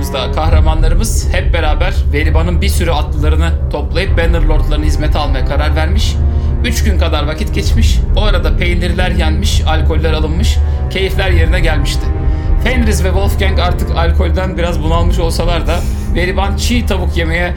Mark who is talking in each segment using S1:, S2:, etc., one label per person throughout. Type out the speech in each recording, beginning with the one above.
S1: Lordlarımızda kahramanlarımız hep beraber Veliban'ın bir sürü atlılarını toplayıp Bannerlord'larını hizmete almaya karar vermiş. 3 gün kadar vakit geçmiş. O arada peynirler yenmiş, alkoller alınmış, keyifler yerine gelmişti. Fenris ve Wolfgang artık alkolden biraz bunalmış olsalar da Veliban çiğ tavuk yemeye,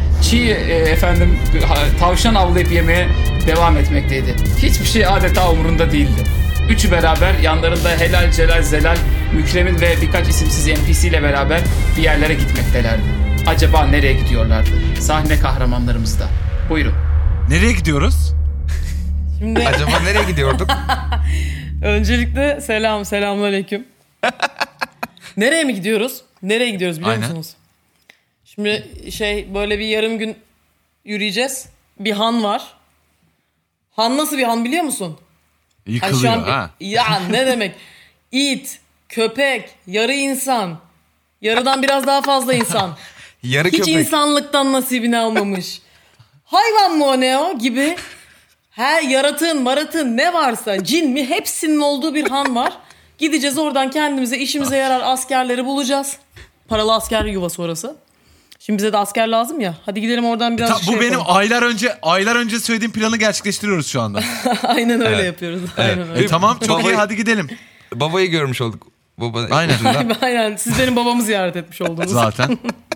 S1: tavşan avlayıp yemeye devam etmekteydi. Hiçbir şey adeta umurunda değildi. Üçü beraber yanlarında Helal, Celal, Zelal, Mükremin ve birkaç isimsiz NPC ile beraber bir yerlere gitmektelerdi. Acaba nereye gidiyorlardı? Sahne kahramanlarımızda. Buyurun.
S2: Nereye gidiyoruz?
S3: Şimdi
S4: Acaba nereye gidiyorduk?
S3: öncelikle selamünaleyküm. Nereye mi gidiyoruz? Nereye gidiyoruz biliyor
S2: Aynen.
S3: musunuz? Şimdi böyle bir yarım gün yürüyeceğiz. Bir han var. Han nasıl bir han biliyor musun? Hani şu
S2: Yıkılıyor
S3: an
S2: ha.
S3: ya ne demek? İt, köpek, yarı insan. Yarıdan biraz daha fazla insan.
S4: Yarı
S3: Hiç
S4: köpek.
S3: insanlıktan nasibini almamış. Hayvan mı o ne o gibi. Yaratığın maratığın ne varsa cin mi hepsinin olduğu bir han var. Gideceğiz oradan kendimize işimize yarar askerleri bulacağız. Paralı asker yuvası orası. Şimdi bize de asker lazım ya. Hadi gidelim oradan biraz
S2: Bu benim
S3: yapalım.
S2: aylar önce söylediğim planı gerçekleştiriyoruz şu anda.
S3: Aynen öyle
S4: Evet.
S3: yapıyoruz. Aynen öyle.
S2: Tamam çok iyi,
S4: Babayı-
S2: hadi gidelim.
S4: Babayı görmüş olduk. Baba
S2: Aynen.
S4: ucundan.
S3: Aynen. Siz benim babamı ziyaret etmiş oldunuz.
S2: Zaten.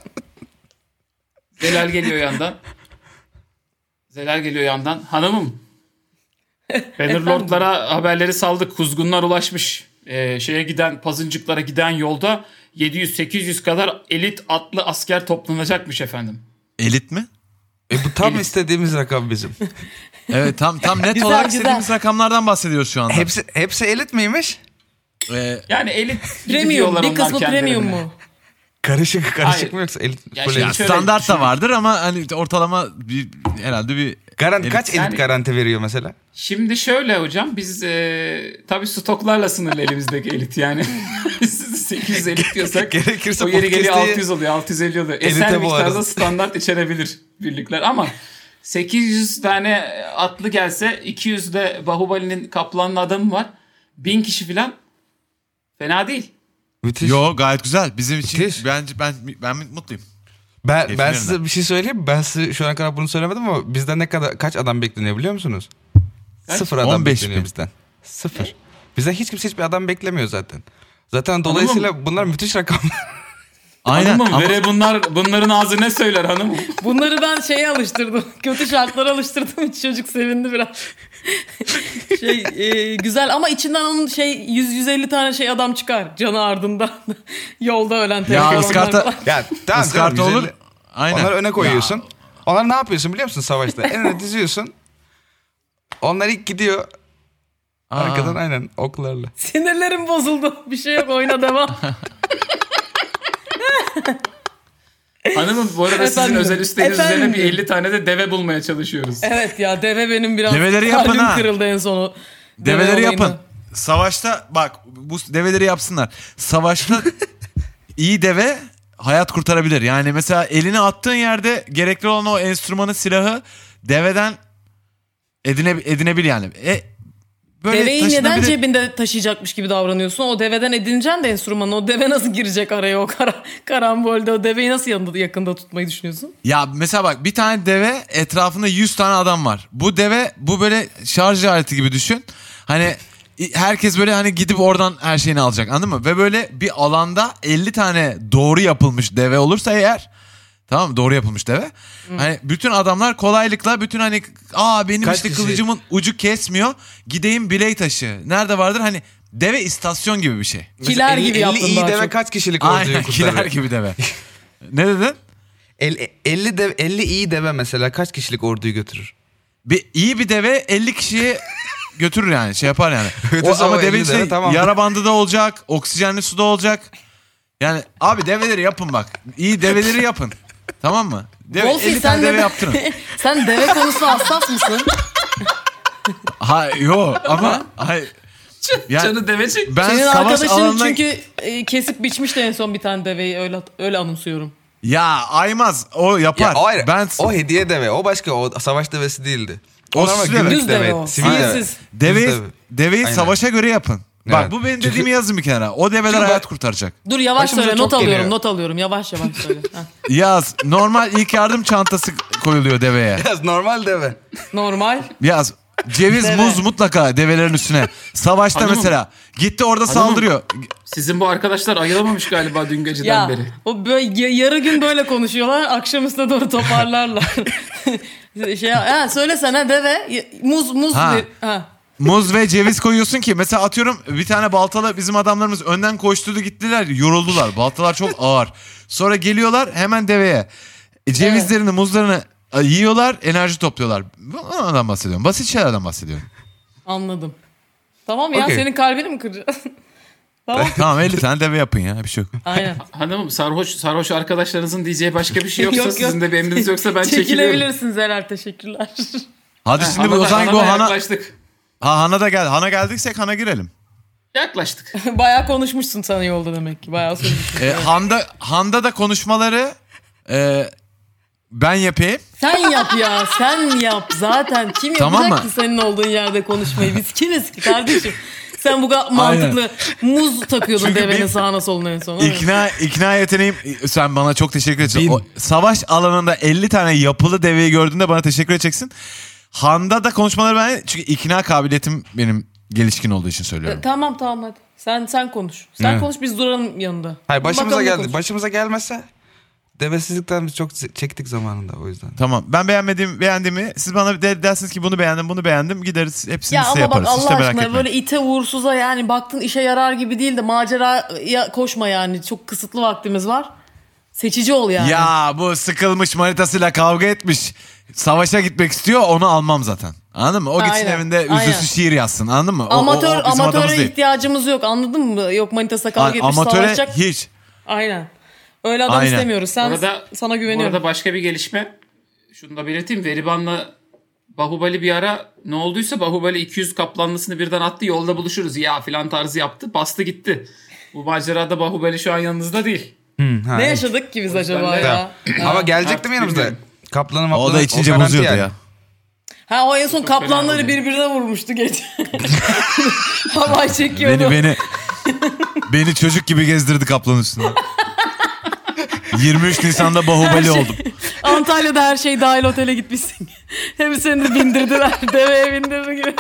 S1: Zelal geliyor yandan. Hanımım. Bannerlord'lara haberleri saldık. Kuzgunlar ulaşmış. Pazıncıklara giden yolda 700-800 kadar elit atlı asker toplanacakmış efendim.
S2: Elit mi?
S4: Bu tam istediğimiz rakam bizim.
S2: Evet tam net
S3: Güzel,
S2: olarak
S3: güzel.
S2: istediğimiz rakamlardan bahsediyoruz şu anda.
S4: Hepsi elit miymiş?
S1: Yani elit gibi
S3: Premium.
S1: diyorlar
S3: Bir
S1: onlar
S3: kısmı
S1: kendilerine.
S3: premium mu?
S4: Karışık
S1: Hayır.
S4: mı yoksa elit?
S1: Ya
S4: full
S1: şimdi
S4: elit?
S1: şöyle
S2: Standart da
S1: düşünün.
S2: vardır ama hani ortalama herhalde bir
S4: Garanti
S2: elit.
S4: kaç elit
S1: Yani-
S4: garanti veriyor mesela?
S1: Şimdi şöyle hocam biz tabii stoklarla sınırlı elimizdeki elit yani. 800 elit diyorsak
S4: Gerekirse
S1: o yeri geliyor
S4: podcast'i
S1: 600 oluyor 650 oluyor.
S4: elite
S1: Eser
S4: boğarız.
S1: miktarda standart içerebilir birlikler ama 800 tane atlı gelse 200 de Bahubali'nin kaplanlı adamı var. 1000 kişi falan fena değil.
S4: Müthiş.
S2: Yo gayet güzel. Bizim için
S4: Müthiş.
S2: ben mutluyum.
S4: Ben
S2: Keyifli
S4: size bir şey söyleyeyim mi? Ben size şu ana kadar bunu söylemedim ama bizden kaç adam bekleniyor biliyor musunuz?
S1: Kaç?
S4: 0 adam
S2: 15
S4: bekleniyor
S2: bin.
S4: bizden. 0. Bizden hiç kimse hiçbir adam beklemiyor zaten. Zaten dolayısıyla bunlar müthiş rakamlar.
S2: Aynen
S1: Hanımım
S2: ama
S1: bunların ağzı ne söyler hanımım?
S3: Bunları ben alıştırdım. Kötü şartlara alıştırdım. Çocuk sevindi biraz. Güzel ama içinden onun 100-150 tane adam çıkar. Canı ardından. Yolda ölen
S2: ya
S3: telefonlar
S2: ıskarta,
S3: falan.
S4: Ya tamam
S2: ıskarta
S4: canım,
S2: olur.
S4: 150.
S2: Aynen.
S4: Onları öne koyuyorsun. Onları ne yapıyorsun biliyor musun savaşta? En öne diziyorsun. Onlar ilk gidiyor. Arkadan aynen oklarla.
S3: Sinirlerim bozuldu. Bir şey yok oyuna devam.
S1: Hanımım bu arada sizin
S3: Efendim?
S1: özel isteğiniz üzerine
S3: Efendim?
S1: bir 50 tane de deve bulmaya çalışıyoruz.
S3: Evet ya deve benim biraz
S2: Develeri yapın
S3: kalbim
S2: ha.
S3: kırıldı en sonu.
S2: Develeri
S3: Deve
S2: yapın.
S3: olayını.
S2: Savaşta bak bu develeri yapsınlar. Savaşta iyi deve hayat kurtarabilir. Yani mesela elini attığın yerde gerekli olan o enstrümanı, silahı deveden edinebil yani. Böyle
S3: Deveyi neden
S2: taşınabilir.
S3: cebinde taşıyacakmış gibi davranıyorsun? O deveden edineceksin de enstrümanı. O deve nasıl girecek araya o karambolde? O deveyi nasıl yakında tutmayı düşünüyorsun?
S2: Ya mesela bak bir tane deve etrafında 100 tane adam var. Bu deve bu böyle şarj aleti gibi düşün. Hani herkes böyle hani gidip oradan her şeyini alacak anladın mı? Ve böyle bir alanda 50 tane doğru yapılmış deve olursa eğer tamam mı? Doğru yapılmış deve. Hani bütün adamlar kolaylıkla bütün hani benim
S4: Kaç
S2: işte
S4: kişi?
S2: kılıcımın ucu kesmiyor. Gideyim biley taşı. Nerede vardır? Hani deve istasyon gibi bir şey.
S3: Kiler gibi
S4: 50
S3: yaptın
S4: iyi
S3: daha
S4: deve
S3: çok.
S4: kaç kişilik orduyu
S2: Aynen kiler
S4: kurtarır?
S2: gibi deve. Ne dedin?
S4: 50 iyi deve mesela kaç kişilik orduyu götürür?
S2: İyi bir deve 50 kişiyi götürür yani şey yapar yani.
S4: Ötesi
S2: Ama
S4: o
S2: deve
S4: 50
S2: işte
S4: deve, tamam.
S2: yara bandı da olacak, oksijenli su da olacak. Yani abi develeri yapın bak. İyi develeri yapın. Tamam mı?
S3: Wolfie
S2: 50 tane deve
S3: neden-
S2: yaptırın.
S3: Sen deve konusunda hassas mısın?
S2: Ama yani
S1: Canı deve çek.
S2: ben
S3: Senin
S2: savaş
S3: arkadaşın
S2: alanına...
S3: çünkü kesip biçmişti en son bir tane deveyi öyle anımsıyorum.
S2: Ya Aymaz o yapar.
S4: Ya, o ayrı.
S2: Ben
S4: O hediye deve. O başka. O savaş devesi değildi.
S2: O
S4: Onlar ama
S2: süs deve.
S4: günlük
S3: Düz deve o.
S4: Sivil deve.
S3: Fiilsiz.
S2: deveyi
S4: Aynen.
S2: savaşa göre yapın. Bak
S4: Evet.
S2: bu benim dediğimi yazın bir kenara. O develer
S4: Çünkü
S2: hayat kurtaracak.
S3: Dur yavaş
S4: Başımıza
S3: söyle,
S4: çok
S3: not alıyorum,
S4: geliyor.
S3: not alıyorum. Yavaş yavaş söyle. Ha.
S2: Yaz. Normal ilk yardım çantası koyuluyor deveye.
S4: Biraz normal deve.
S3: Normal.
S2: Yaz. Ceviz,
S3: Deve.
S2: muz mutlaka develerin üstüne. Savaşta
S1: Hanımım.
S2: mesela. Gitti orada
S1: Hanımım.
S2: saldırıyor.
S1: Sizin bu arkadaşlar ayılamamış galiba dün geceden
S3: Ya
S1: beri.
S3: o böyle yarı gün böyle konuşuyorlar. Akşamüstüne doğru toparlarlar. Söylesene deve. Muz.
S2: Ha.
S3: Ha.
S2: Muz ve ceviz koyuyorsun ki mesela atıyorum bir tane baltalı bizim adamlarımız önden koşturdu gittiler yoruldular. Baltalar çok ağır. Sonra geliyorlar hemen deveye. Cevizlerini muzlarını yiyorlar enerji topluyorlar. Ondan bahsediyorum. Basit şeylerden bahsediyorum.
S3: Anladım. Tamam ya
S4: Okey.
S3: senin kalbini mi kıracağız? Tamam.
S2: Tamam 50 tane deve yapın ya bir şey yok.
S3: Aynen.
S1: Hanımım sarhoş arkadaşlarınızın diyeceği başka bir şey yoksa
S3: Yok, yok.
S1: sizin de bir emriniz yoksa ben çekiliyorum.
S3: Çekilebilirsiniz Zerer, teşekkürler.
S2: Hadi şimdi o zaman bu Hana,
S1: yaklaştık.
S2: Hana da gel. Hana geldiksek Hana girelim.
S1: Yaklaştık.
S3: Bayağı konuşmuşsun sana yolda demek ki. Bayağı söylemişsin.
S2: Handa da konuşmaları ben yapayım.
S3: Sen yap ya, sen yap. Zaten kim
S2: Tamam
S3: yapacak
S2: mı?
S3: ki senin olduğun yerde konuşmayı? Biz kimiz ki kardeşim? Sen bu kadar mantıklı muz takıyordun
S2: Çünkü
S3: devenin
S2: bir-
S3: sağına soluna en son. değil mi?
S2: İkna yeteneğim sen bana çok teşekkür edeceksin.
S4: Bin.
S2: O savaş alanında 50 tane yapılı deveyi gördüğünde bana teşekkür edeceksin. Handa da konuşmaları ben çünkü ikna kabiliyetim benim gelişkin olduğu için söylüyorum.
S3: Tamam hadi. Sen konuş. Sen
S2: Evet.
S3: konuş biz duralım yanında.
S4: Hayır başımıza
S3: Bakalım ne
S4: geldi.
S3: konuş-
S4: Başımıza gelmese devesizlikten biz çok çektik zamanında o yüzden.
S2: Tamam ben beğendiğimi siz bana dersiniz ki bunu beğendim gideriz hepsini
S3: Ya
S2: size
S3: ama bak
S2: yaparız.
S3: Allah
S2: İşte merak
S3: aşkına
S2: etmeyin.
S3: böyle ite uğursuza yani baktın işe yarar gibi değil de maceraya koşma yani. Çok kısıtlı vaktimiz var. Seçici ol yani.
S2: Ya bu sıkılmış manitasıyla kavga etmiş. Savaşa gitmek istiyor onu almam zaten. Anladın mı? O gitsin
S3: Aynen,
S2: evinde
S3: aynen.
S2: üzülsün şiir yazsın anladın mı?
S3: Amatör,
S2: o bizim adamımız
S3: amatöre
S2: değil.
S3: ihtiyacımız yok anladın mı? Yok manitasına kavga etmiş
S2: Amatöre
S3: savaşacak.
S2: hiç.
S3: Aynen. Öyle adam
S2: Aynen.
S3: istemiyoruz. Sana
S1: Bu
S3: güveniyorum.
S1: arada başka bir gelişme. Şunu da belirteyim. Veriban'la Bahubali bir ara ne olduysa Bahubali 200 kaplanlısını birden attı. Yolda buluşuruz ya filan tarzı yaptı. Bastı gitti. Bu macerada Bahubali şu an yanınızda değil.
S3: Ne yaşadık ki biz acaba
S1: de-
S3: ya?
S4: Ama gelecek
S1: Artık
S4: değil mi yanımızda?
S1: bilmiyorum.
S4: Kaplanı
S2: O
S4: maplanı.
S2: da içince
S4: garanti
S2: bozuyordu
S4: yani.
S2: ya.
S3: Ha o en son kaplanları
S1: fena
S3: birbirine vurmuştu geç. Havay çekiyordu.
S2: Beni çocuk gibi gezdirdi kaplanın üstünde. 23 Nisan'da Bahubali oldum.
S3: Antalya'da her şey dahil otele gitmişsin. Hem seni de bindirdiler. Deveye bindirdi gibi.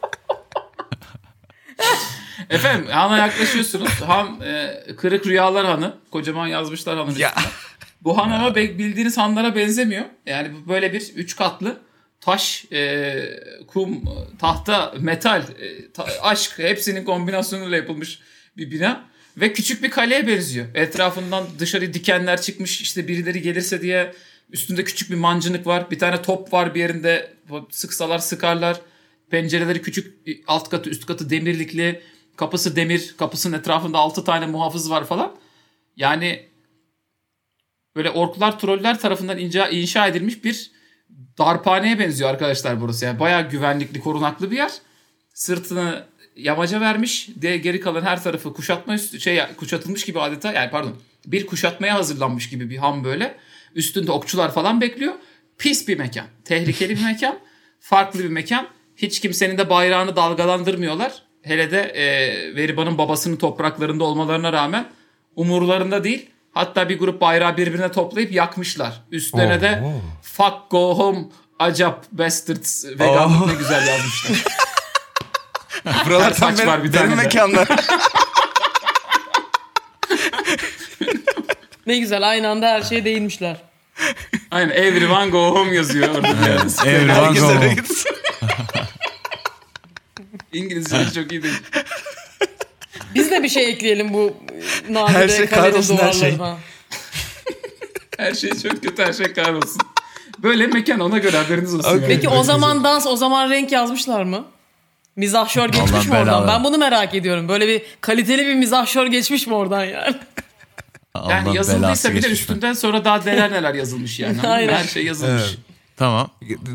S1: Efendim Han'a yaklaşıyorsunuz. Han Kırık Rüyalar Hanı. Kocaman yazmışlar Han'ın
S4: Ya.
S1: üstüne. Bu Han ama bildiğiniz hanlara benzemiyor. Yani bu böyle bir 3 katlı taş, kum, tahta, metal, aşk hepsinin kombinasyonuyla yapılmış bir bina. Ve küçük bir kaleye benziyor. Etrafından dışarı dikenler çıkmış. İşte birileri gelirse diye üstünde küçük bir mancınık var. Bir tane top var bir yerinde. Sıksalar sıkarlar. Pencereleri küçük, alt katı üst katı demirlikli. Kapısı demir. Kapısının etrafında 6 tane muhafız var falan. Yani böyle orklar, troller tarafından inşa edilmiş bir darphaneye benziyor arkadaşlar burası. Yani bayağı güvenlikli, korunaklı bir yer. Sırtını yamaca vermiş. Geri kalan her tarafı kuşatılmış gibi adeta. Yani pardon. Bir kuşatmaya hazırlanmış gibi bir han böyle. Üstünde okçular falan bekliyor. Pis bir mekan. Tehlikeli bir mekan. Farklı bir mekan. Hiç kimsenin de bayrağını dalgalandırmıyorlar. Hele de Veriban'ın babasının topraklarında olmalarına rağmen umurlarında değil. Hatta bir grup bayrağı birbirine toplayıp yakmışlar. Üstlerine de fuck go home acap bastards veganlık ne güzel yazmışlar.
S4: Buralar tam
S1: saç var bir
S4: benim
S1: tane de.
S4: mekanlar.
S3: Ne güzel aynı anda her şeye değinmişler.
S1: Aynen everyone go home yazıyor orada.
S2: Everyone
S4: Herkes
S2: go
S4: eve
S2: home.
S4: gitsin.
S1: İngilizce çok iyi değil.
S3: Biz de bir şey ekleyelim bu nadire
S4: Her şey
S3: kalenin
S4: kahrolsun, her şey.
S3: duvarlarına.
S1: Her şey çok kötü, her şey kahrolsun. Böyle mekan ona göre haberiniz olsun.
S4: Okey.
S1: yani.
S3: Peki o zaman dans, o zaman renk yazmışlar mı? Mizahşör geçmiş
S2: Allah'ın
S3: mi oradan?
S2: belaları.
S3: Ben bunu merak ediyorum. Böyle bir kaliteli bir mizahşör geçmiş mi oradan yani?
S1: Yani
S2: Allah'ın
S1: yazıldıysa
S2: belası
S1: bir de
S2: geçmiş.
S1: üstünden sonra daha neler yazılmış yani. Anladın mı?
S3: Aynen.
S1: Her şey yazılmış.
S4: Evet.
S2: Tamam.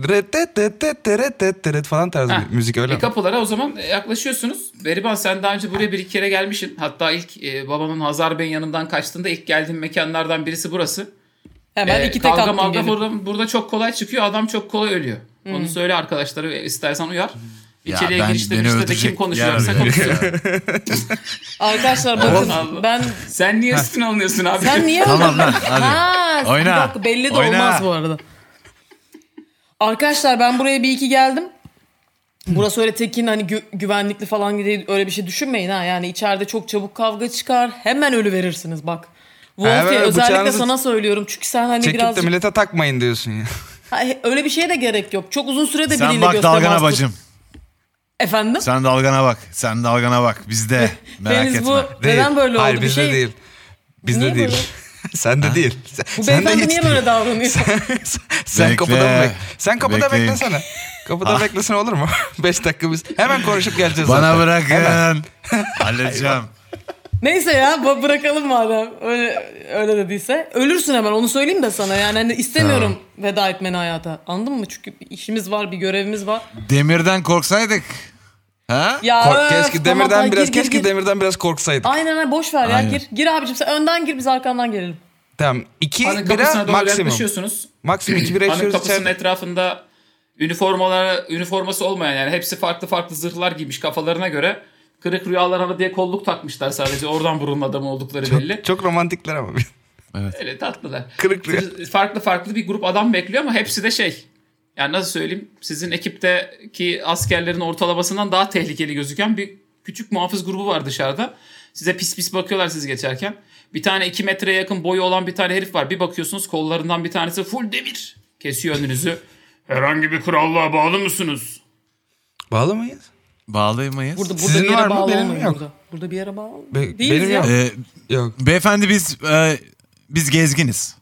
S4: Ret falan tarzı
S1: Ha,
S4: bir müzik öyle mi?
S1: kapılara o zaman yaklaşıyorsunuz. Veriban sen daha önce buraya bir iki kere gelmişsin. Hatta ilk babamın Hazar Bey'in yanından kaçtığında ilk geldiğim mekanlardan birisi burası.
S3: Hemen iki tek
S1: Kavga
S3: attım
S1: mavga
S3: gelip.
S1: burada çok kolay çıkıyor. Adam çok kolay ölüyor. Onu söyle arkadaşlara istersen uyar. İçeriye
S2: beni
S1: girişte de kim
S2: öldürecek
S1: konuşuyorsa
S2: yer
S1: konuşuyor.
S3: Arkadaşlar bakın ben
S1: Sen niye üstüne alınıyorsun abi?
S3: sen niye
S2: Tamam lan,
S3: öyle-
S2: hadi.
S3: Ha,
S2: Oyna.
S3: bir dakika, belli de
S2: Oyna.
S3: olmaz bu arada. Arkadaşlar ben buraya bir iki geldim. Burası öyle tekin hani güvenlikli falan değil, öyle bir şey düşünmeyin ha. Yani içeride çok çabuk kavga çıkar. Hemen ölü verirsiniz bak. Wolfie
S4: Evet,
S3: özellikle
S4: bıçağınızı
S3: sana söylüyorum. Çünkü sen hani
S4: Çekip de
S3: birazcık...
S4: millete takmayın diyorsun ya.
S3: Ha, öyle bir şeye de gerek yok. Çok uzun sürede
S2: Sen
S3: biriyle
S2: bak
S3: göz
S2: dalgana
S3: teması tut-
S2: bacım.
S3: Efendim?
S2: Sen dalgana bak. Sen dalgana bak. Bizde. Merak
S3: Deniz
S2: etme.
S3: bu neden böyle oldu?
S4: Hayır
S3: Bir
S4: bizde
S3: şey...
S4: değil. Bizde
S3: Niye
S4: değil.
S3: böyle?
S4: Sen de değil.
S3: Bu
S4: Sen de
S3: beyefendi
S4: hiç
S3: niye
S4: değil.
S3: böyle davranıyor?
S4: Sen
S2: Bekle.
S4: kapıda mı Sen kapıda
S2: Bekleyin.
S4: beklesene. Kapıda beklesene olur mu? 5 dakika biz. Hemen konuşup geleceğiz
S2: Bana
S4: zaten.
S2: bırakın. Halledeceğim.
S3: Neyse ya bırakalım madem öyle dediyse. Ölürsün hemen, onu söyleyeyim de sana. Yani hani istemiyorum veda etmeni hayata. Anladın mı? Çünkü bir işimiz var, bir görevimiz var.
S2: Demirden korksaydık. Ha?
S3: Ya
S4: Keşke
S3: tamam,
S4: demirden biraz
S3: gir, gir.
S4: demirden biraz korksaydık.
S3: Aynen aynen, boş ver ya,
S2: Aynen.
S3: gir. Gir abicim, sen önden gir, biz arkandan gelelim.
S4: Tamam. 2
S1: Hanın
S4: bira
S1: kapısına doğru
S4: maksimum.
S1: yaklaşıyorsunuz.
S4: Maksimum 2 bira
S1: Hanın
S4: içiyoruz
S1: kapısının
S4: içeride.
S1: etrafında üniforması olmayan, yani hepsi farklı farklı zırhlar giymiş kafalarına göre. Kırık Rüyalar Hanı diye kolluk takmışlar sadece. Oradan burunun adamı oldukları belli.
S4: Çok romantikler ama.
S1: Öyle tatlılar.
S4: Kırık Rüya.
S1: Farklı farklı bir grup adam bekliyor ama hepsi de şey. Yani nasıl söyleyeyim? Sizin ekipteki askerlerin ortalamasından daha tehlikeli gözüken bir küçük muhafız grubu var dışarıda. Size pis pis bakıyorlar siz geçerken. Bir tane 2 metreye yakın boyu olan bir tane herif var. Bir bakıyorsunuz kollarından bir tanesi full demir. Kesiyor önünüzü. Herhangi bir krallığa bağlı mısınız?
S4: Bağlı mıyız?
S2: Bağlayamayız.
S3: Burada
S4: Sizin
S3: bir yere
S4: var mı?
S3: bağlı
S4: Benim
S3: olmayın
S4: yok.
S3: burada. Burada bir yere bağlı
S4: Be-
S3: değiliz
S4: benim
S3: ya.
S4: yok. Yok.
S2: Beyefendi biz gezginiz.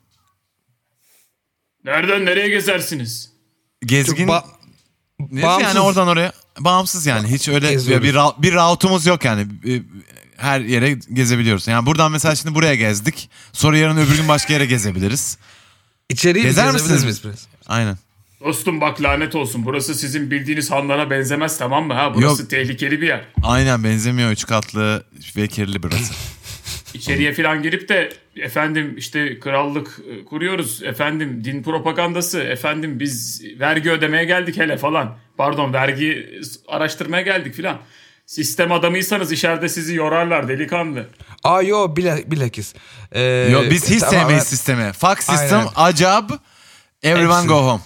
S1: Nereden nereye gezersiniz?
S2: Gezgin.
S4: Çok
S2: Ne
S4: bağımsız.
S2: yani oradan oraya bağımsız yani. Hiç öyle
S4: Geziyoruz.
S2: bir routumuz yok yani. Her yere gezebiliyoruz. Yani buradan mesela şimdi buraya gezdik. Sonra yarın öbür gün başka yere gezebiliriz.
S4: İçeriği
S2: Gezer
S4: gezebilir
S2: misiniz?
S4: miyiz biraz?
S2: Aynen.
S1: Dostum bak lanet olsun. Burası sizin bildiğiniz hanlara benzemez, tamam mı? Ha, burası
S2: Yok.
S1: tehlikeli bir yer.
S2: Aynen benzemiyor. 3 katlı ve kirli burası.
S1: İçeriye falan girip de efendim işte krallık kuruyoruz, efendim din propagandası, efendim biz vergi ödemeye geldik hele falan. Pardon, vergi araştırmaya geldik filan. Sistem adamıysanız içeride sizi yorarlar delikanlı.
S4: Yo bilakis.
S2: Yo, biz hiç
S4: tamamen-
S2: sevmeyiz sistemi. Fuck system,
S4: Aynen.
S2: acab, everyone
S4: Hepsi.
S2: go home.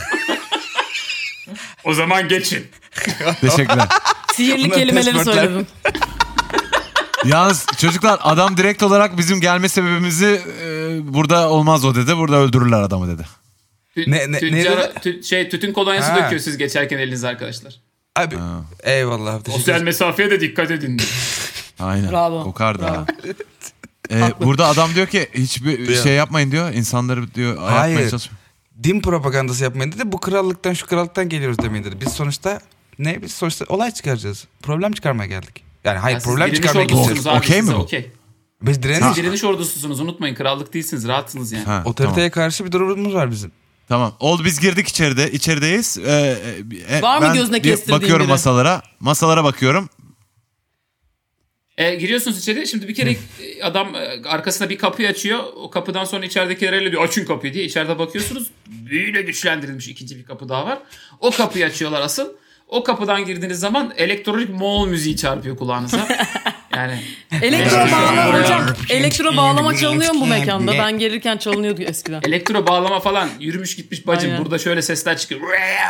S1: O zaman geçin.
S2: Teşekkürler.
S3: Sihirli
S4: Bunlar
S3: kelimeleri
S4: passwordlar.
S3: söyledim.
S2: Yalnız çocuklar adam direkt olarak bizim gelme sebebimizi burada olmaz o dedi. Burada öldürürler adamı dedi.
S4: Ne dedi?
S1: Tütün kolonyası
S4: Ha.
S1: döküyor siz geçerken elinize arkadaşlar.
S4: Abi eyvallah. Teşekkür
S1: Sosyal
S4: ederim.
S1: mesafeye de dikkat edin.
S2: Aynen.
S3: Bravo.
S2: Kokar da.
S3: Bravo.
S2: Burada adam diyor ki hiçbir şey yapmayın diyor. İnsanları diyor ayartmaya
S4: Hayır.
S2: çalışmayın.
S4: Din propagandası yapmayın dedi. Bu krallıktan şu krallıktan geliyoruz demeyin dedi. Biz sonuçta olay çıkaracağız. Problem çıkarmaya geldik. Yani hayır
S1: Ya siz
S4: problem
S1: direniş
S4: çıkarmaya
S1: ordususunuz
S4: gideceğiz.
S1: abi,
S2: Okey mi
S1: size
S2: bu?
S1: okey.
S4: Biz direniş.
S1: Siz direniş ordususunuz, unutmayın, krallık değilsiniz, rahatsınız yani.
S2: Ha,
S4: Otoriteye karşı bir durumumuz var bizim.
S2: Tamam. Oldu biz girdik içerideyiz.
S3: Var mı
S2: Ben
S3: gözüne
S2: bir
S3: kestirdiğin
S2: bakıyorum
S3: biri?
S2: masalara. Masalara bakıyorum.
S1: Giriyorsunuz içeri. Şimdi bir kere adam arkasına bir kapıyı açıyor. O kapıdan sonra içeridekilerle diyor açın kapıyı diye. İçeride bakıyorsunuz. Büyüyle güçlendirilmiş ikinci bir kapı daha var. O kapıyı açıyorlar asıl. O kapıdan girdiğiniz zaman elektronik Moğol müziği çarpıyor kulağınıza. Yani
S3: Elektro
S1: Evet.
S3: bağlama
S1: Evet.
S3: hocam. Elektro bağlama çalınıyor mu bu mekanda? Ben gelirken çalınıyordu eskiden.
S1: elektro bağlama falan yürümüş gitmiş bacım.
S3: Aynen.
S1: Burada şöyle sesler çıkıyor.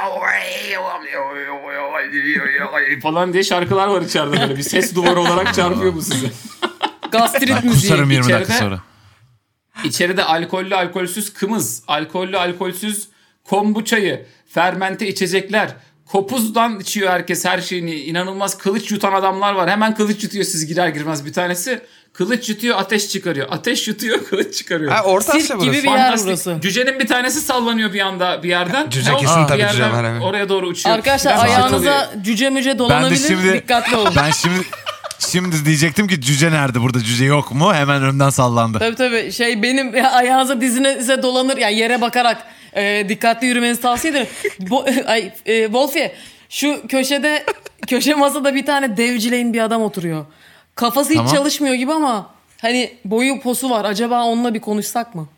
S1: falan diye şarkılar var içeride böyle. Bir ses duvarı olarak çarpıyor bu size.
S3: Gastrit
S2: Ben
S3: müziği.
S2: kusarım 20 dakika
S1: İçeride-
S2: sonra.
S1: İçeride alkollü alkolsüz kımız, alkollü alkolsüz kombuçayı, fermente içecekler, kopuzdan içiyor herkes her şeyini. İnanılmaz kılıç yutan adamlar var. Hemen kılıç yutuyor siz girer girmez bir tanesi. Kılıç yutuyor, ateş çıkarıyor. Ateş yutuyor, kılıç çıkarıyor.
S4: Ha Orta
S3: Sirk
S4: Asya
S3: gibi
S4: burası.
S3: bir yer
S1: Fantastik.
S3: burası.
S1: Cücenin bir tanesi sallanıyor bir anda bir yerden.
S4: Cüce
S1: Hop,
S4: kesin
S1: bir
S4: tabii
S1: yerden
S4: cüce var, evet.
S1: oraya doğru uçuyor.
S3: Arkadaşlar
S1: Biraz
S3: ayağınıza cüce müce
S2: Ben de
S3: dolanabilir.
S2: şimdi
S3: Dikkatli olun.
S2: Ben şimdi diyecektim ki cüce nerede? Burada cüce yok mu? Hemen önümden sallandı.
S3: Tabii benim ayağınıza dizinize dolanır yani yere bakarak dikkatli yürümenizi tavsiye ederim. Wolfie şu köşe masada bir tane devcileyin bir adam oturuyor. Kafası hiç
S2: Tamam.
S3: çalışmıyor gibi ama hani boyu posu var. Acaba onunla bir konuşsak mı?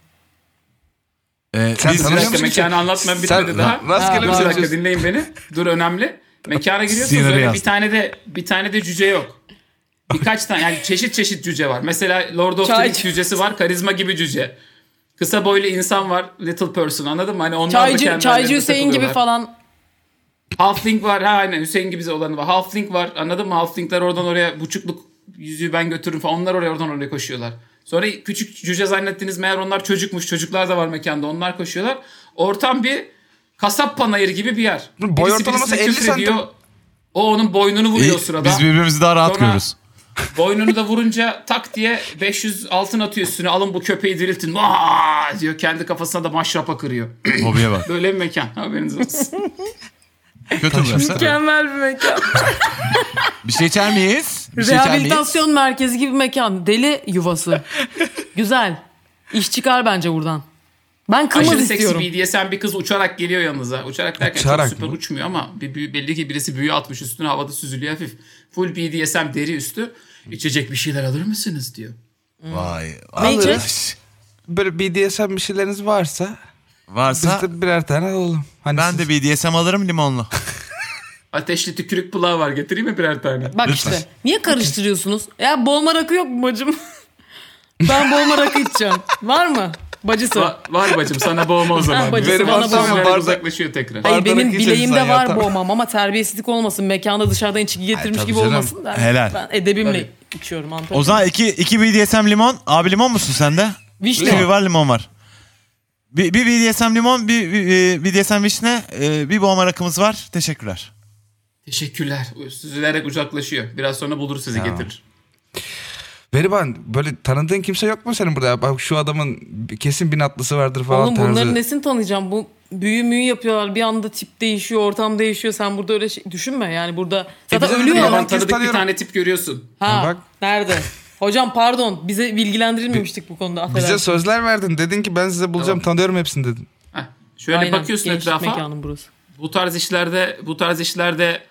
S4: Sen
S2: Biz
S1: Bir
S4: tanıyor
S1: dakika
S4: musun ki?
S1: mekanı anlatmam
S4: Sen
S1: bitmedi daha.
S4: rastgele
S3: Ha,
S4: bir
S1: Bir
S4: şey
S1: dakika
S4: yapıyorsun.
S1: dinleyin beni. Dur önemli. Mekana giriyorsunuz
S2: Scenery
S1: öyle
S2: yaz.
S1: bir tane de cüce yok. Birkaç tane yani çeşit cüce var. Mesela Lord of the
S3: Çay-
S1: Rings cücesi var. Karizma gibi cüce. Kısa boylu insan var. Little person anladın mı? Hani onlar da
S3: Çaycı
S1: kendilerine
S3: Hüseyin gibi
S1: takılıyorlar.
S3: falan.
S1: Halfling var. Ha aynen Hüseyin gibi olanı var. Halfling var. Anladın mı? Halflingler oradan oraya buçukluk yüzüğü ben götürürüm falan. Onlar oradan oraya koşuyorlar. Sonra küçük cüce zannettiğiniz meğer onlar çocukmuş. Çocuklar da var mekanda. Onlar koşuyorlar. Ortam bir kasap panayırı gibi bir yer.
S4: Boy
S1: Birisi
S4: ortalaması
S1: birisine
S4: 50
S1: küfür
S4: santim.
S1: ediyor. O onun boynunu vuruyor o
S2: İyi,
S1: sırada.
S2: biz birbirimizi daha rahat
S1: Sonra-
S2: görürüz.
S1: Boynunu da vurunca tak diye 500 altın atıyor üstüne. Alın bu köpeği diriltin. Vaa diyor. Kendi kafasına da maşrapa kırıyor.
S2: Hobiye bak.
S1: Böyle bir mekan. Haberiniz olsun.
S2: Kötü burası.
S3: Mükemmel bir mekan.
S2: Bir şey içer miyiz? Bir şey içer miyiz?
S3: Rehabilitasyon merkezi gibi mekan. Deli yuvası. Güzel. İş çıkar bence buradan. Ben kımız
S1: Aşırı seksi
S3: istiyorum.
S1: BDSM bir kız uçarak geliyor yanınıza. Uçarak derken
S4: Uçarak
S1: çok süper
S4: mı?
S1: uçmuyor ama belli ki birisi büyü atmış üstüne havada süzülüyor hafif. Full BDSM deri üstü. İçecek bir şeyler alır mısınız diyor.
S2: Vay.
S3: Ne
S2: Alırız.
S3: içecek?
S4: Böyle BDSM bir şeyleriniz varsa
S2: Varsa
S4: biz de birer tane alalım. Hani
S2: ben
S4: siz-
S2: de BDSM alırım limonlu.
S1: Ateşli tükürük pulağı var getireyim mi birer tane?
S3: Bak
S2: Lütfen.
S3: işte. Niye karıştırıyorsunuz? Ya boğma rakı yok mu bacım? Ben boğma rakı içeceğim. Var mı? Bacısı.
S1: Var bacım sana boğma o zaman.
S3: bacısı
S1: Benim
S3: bana
S1: ortam
S3: boğma.
S1: böyle uzaklaşıyor tekrar.
S3: Hayır
S4: Bardarak
S3: benim
S4: içeriz
S3: bileğimde
S4: sen
S3: var
S4: ya,
S3: boğmam ama terbiyesizlik olmasın. Mekanda dışarıdan içki getirmiş
S4: Ay,
S3: gibi
S4: tabii canım.
S3: olmasın. Ben,
S2: Helal.
S3: Ben edebimle
S1: Tabii.
S3: içiyorum. Anlatabiliyor
S2: O zaman iki BDSM limon. Abi limon musun sen de?
S3: Vişne.
S2: Kivi var limon var. Bir BDSM limon, bir BDSM vişne, bir boğma rakımız var. Teşekkürler.
S1: Teşekkürler. Süzülerek uzaklaşıyor. Biraz sonra bulur sizi getirir.
S4: Beriban böyle tanıdığın kimse yok mu senin burada? Bak şu adamın kesin bir atlısı vardır falan
S3: Oğlum
S4: tarzı.
S3: bunların nesini tanıyacağım? Bu büyü yapıyorlar. Bir anda tip değişiyor, ortam değişiyor. Sen burada öyle düşünme. Yani burada zaten
S4: bize de
S3: ölüyorlar.
S4: diyorlar.
S1: Yalan
S4: Herkes
S1: tanıdık bir
S4: tanıyorum.
S1: tane tip görüyorsun.
S3: Ha,
S4: Bak.
S3: nerede? Hocam pardon. Bize bilgilendirilmemiştik bu konuda.
S4: Bize
S3: Affedersin.
S4: sözler verdin. Dedin ki ben size bulacağım tanıyorum hepsini dedin.
S1: Heh. Şöyle
S3: Aynen,
S1: bakıyorsun
S3: gençlik
S1: etrafa.
S3: mekanım burası.
S1: Bu tarz işlerde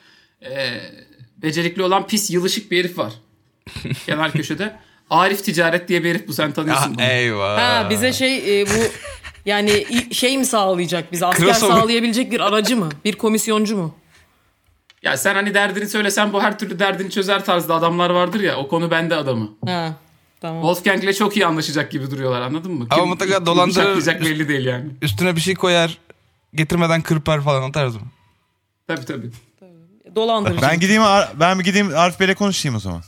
S1: becerikli olan pis yılışık bir herif var. Kenar köşede. Arif Ticaret diye bir herif bu sen tanıyorsun bunu.
S4: Eyvah.
S3: Ha bize bu yani şey mi sağlayacak bize? Asker
S4: Crossover.
S3: sağlayabilecek bir aracı mı? Bir komisyoncu mu?
S1: Ya sen hani derdini söylesen bu her türlü derdini çözer tarzda adamlar vardır ya o konu bende adamı.
S3: Ha tamam.
S1: Wolfgang'le çok iyi anlaşacak gibi duruyorlar anladın mı?
S4: Ama mutlaka
S1: kim
S4: dolandırır.
S1: bıçaklayacak belli değil yani.
S4: Üstüne bir şey koyar. Getirmeden kırpar falan o tarz mı?
S1: Tabii.
S3: Dolandırıcı.
S2: Ben bir gideyim Arif Bey'le konuşayım o zaman.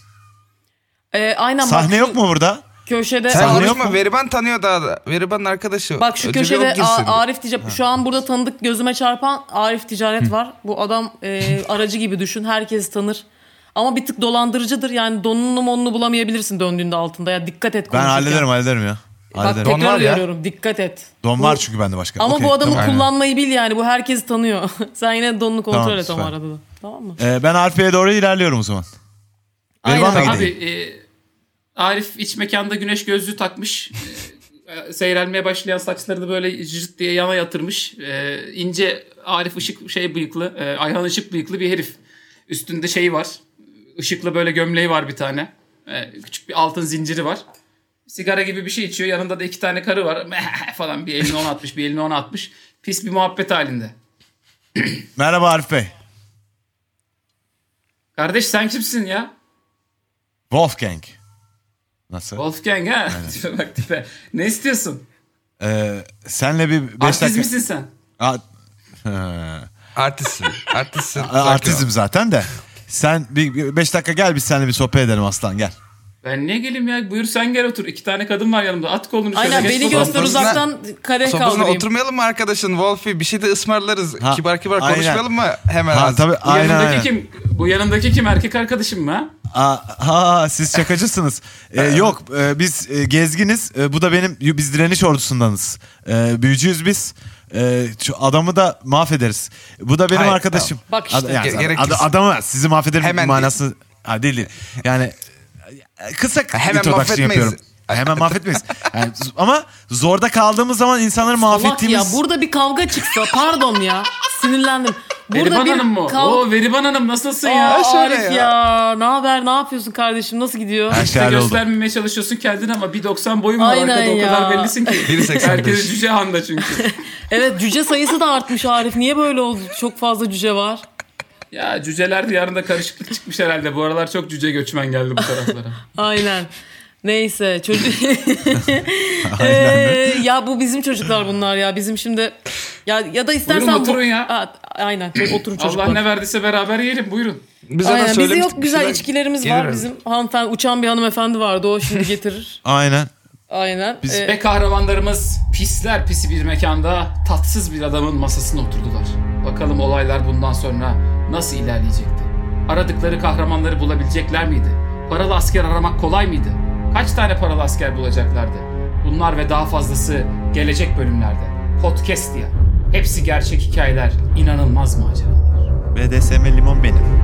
S3: Aynen
S2: Sahne
S3: bak,
S2: yok mu burada?
S3: Köşede
S4: Sen
S2: Sahne yok
S4: konuşma.
S2: mu?
S4: Veriban tanıyor daha da. Veriban'ın arkadaşı.
S3: bak şu
S4: Önce bir
S3: köşede
S4: o girsin.
S3: Arif Ticaret. Şu an burada tanıdık gözüme çarpan Arif Ticaret var. Bu adam aracı gibi düşün. Herkes tanır. Ama bir tık dolandırıcıdır. Yani donunu monunu bulamayabilirsin döndüğünde altında. Ya dikkat et
S2: Ben
S3: konuşurken.
S2: hallederim ya.
S3: Bak
S2: Hallederim.
S4: Don
S3: tekrar
S4: var ya.
S3: uyarıyorum. Dikkat et.
S2: Don
S3: Bu-
S2: var çünkü bende başka.
S3: Ama
S2: Okey,
S3: bu adamı
S2: tamam.
S3: kullanmayı bil yani. Bu herkes tanıyor. Sen yine donunu kontrol
S2: Tamam,
S3: et ama
S2: süper.
S3: arada da. Tamam mı?
S2: Ben Arif Bey'e doğru ilerliyorum o zaman.
S3: Aynen.
S2: Beriban'la
S1: Abi
S2: gideyim.
S1: Arif iç mekanda güneş gözlüğü takmış. Seyrelmeye başlayan saçları da böyle cırt diye yana yatırmış. İnce Arif bıyıklı, Ayhan Işık bıyıklı bir herif. Üstünde şey var. Işıklı böyle gömleği var bir tane. Küçük bir altın zinciri var. Sigara gibi bir şey içiyor. Yanında da 2 tane karı var. Falan bir elini ona atmış, bir elini ona atmış. Pis bir muhabbet halinde.
S2: Merhaba Arif Bey.
S1: Kardeş sen kimsin ya?
S2: Wolfgang. Nasıl?
S1: Wolfgang ha? Bak tipe. Ne istiyorsun?
S2: Senle bir 5
S1: Artist
S2: dakika...
S1: misin sen?
S4: Artistsin. Artistsin.
S2: Artizm zaten de. Sen bir 5 dakika gel biz seninle bir sohbet edelim aslan gel.
S1: Ben niye geleyim ya? Buyur sen gel otur. 2 tane kadın var yanımda. At kolunu şöyle.
S3: Aynen
S1: geç
S3: beni
S1: bakalım.
S3: göster
S4: Sofrasına-
S3: uzaktan kadeh
S4: Sofrasına
S3: kaldırayım.
S4: oturmayalım mı arkadaşın Wolfie? Bir şey de ısmarlarız.
S2: Ha,
S4: Kibar
S2: aynen.
S4: konuşmayalım mı? Hemen
S2: Ha
S4: az.
S2: tabii
S1: Bu
S2: aynen
S1: yanındaki
S2: aynen.
S1: kim? Bu yanındaki kim? Erkek arkadaşım mı ha?
S2: Siz şakacısınız. Yok biz gezginiz. Bu da biz direniş ordusundanız. Büyücüyüz biz. Şu adamı da mahvederiz. Bu da benim
S4: Hayır,
S2: arkadaşım.
S3: Bak işte.
S4: Gerekirse.
S2: Adamı sizi mahvederim
S4: Hemen
S2: manası. Ha değil. Yani kısa
S4: Hemen
S2: introduction
S4: mahvetmeyiz.
S2: yapıyorum. Hemen mahvetmeyiz. Yani, ama zorda kaldığımız zaman insanları
S3: Salak
S2: mahvettiğimiz...
S3: ya burada bir kavga çıksa pardon ya sinirlendim. Burada
S1: Veriban
S3: bir
S1: Hanım mı? Oo Veriban Hanım nasılsın ya?
S3: Aa,
S4: şöyle
S3: Arif
S4: ya.
S3: ya. Ne haber? Ne yapıyorsun kardeşim? Nasıl gidiyor?
S2: Her şey
S1: İşte
S2: halloldu.
S1: göstermemeye çalışıyorsun kendini ama 1.90 boyun var
S3: Aynen
S1: arkada o
S3: ya.
S1: kadar bellisin ki.
S4: 1.85.
S1: Herkes cüce handa çünkü.
S3: Evet cüce sayısı da artmış Arif. Niye böyle oldu? Çok fazla cüce var.
S1: Ya cüceler diyarında karışıklık çıkmış herhalde. Bu aralar çok cüce göçmen geldi bu taraflara.
S3: Aynen. Neyse çocuk ya bu bizim çocuklar bunlar ya. Bizim şimdi ya da istersen
S1: Buyurun oturun ya.
S3: Aynen. Oturun çocuklar.
S1: Allah ne verdiyse beraber yiyelim, buyurun.
S4: Biz zaten
S3: Aynen. Bizim
S4: söylemiştik,
S3: yok güzel
S4: şeyler
S3: içkilerimiz
S4: gelir
S3: var.
S4: arada.
S3: Bizim hanımefendi, uçan bir hanımefendi vardı. O şimdi getirir.
S2: Aynen.
S3: Aynen.
S1: Ve kahramanlarımız pisler pisi bir mekanda tatsız bir adamın masasına oturdular. Bakalım olaylar bundan sonra nasıl ilerleyecekti? Aradıkları kahramanları bulabilecekler miydi? Paralı asker aramak kolay mıydı? Kaç tane paralı asker bulacaklardı? Bunlar ve daha fazlası gelecek bölümlerde. Podcast ya. Hepsi gerçek hikayeler, inanılmaz maceralar.
S2: BDSM limon benim.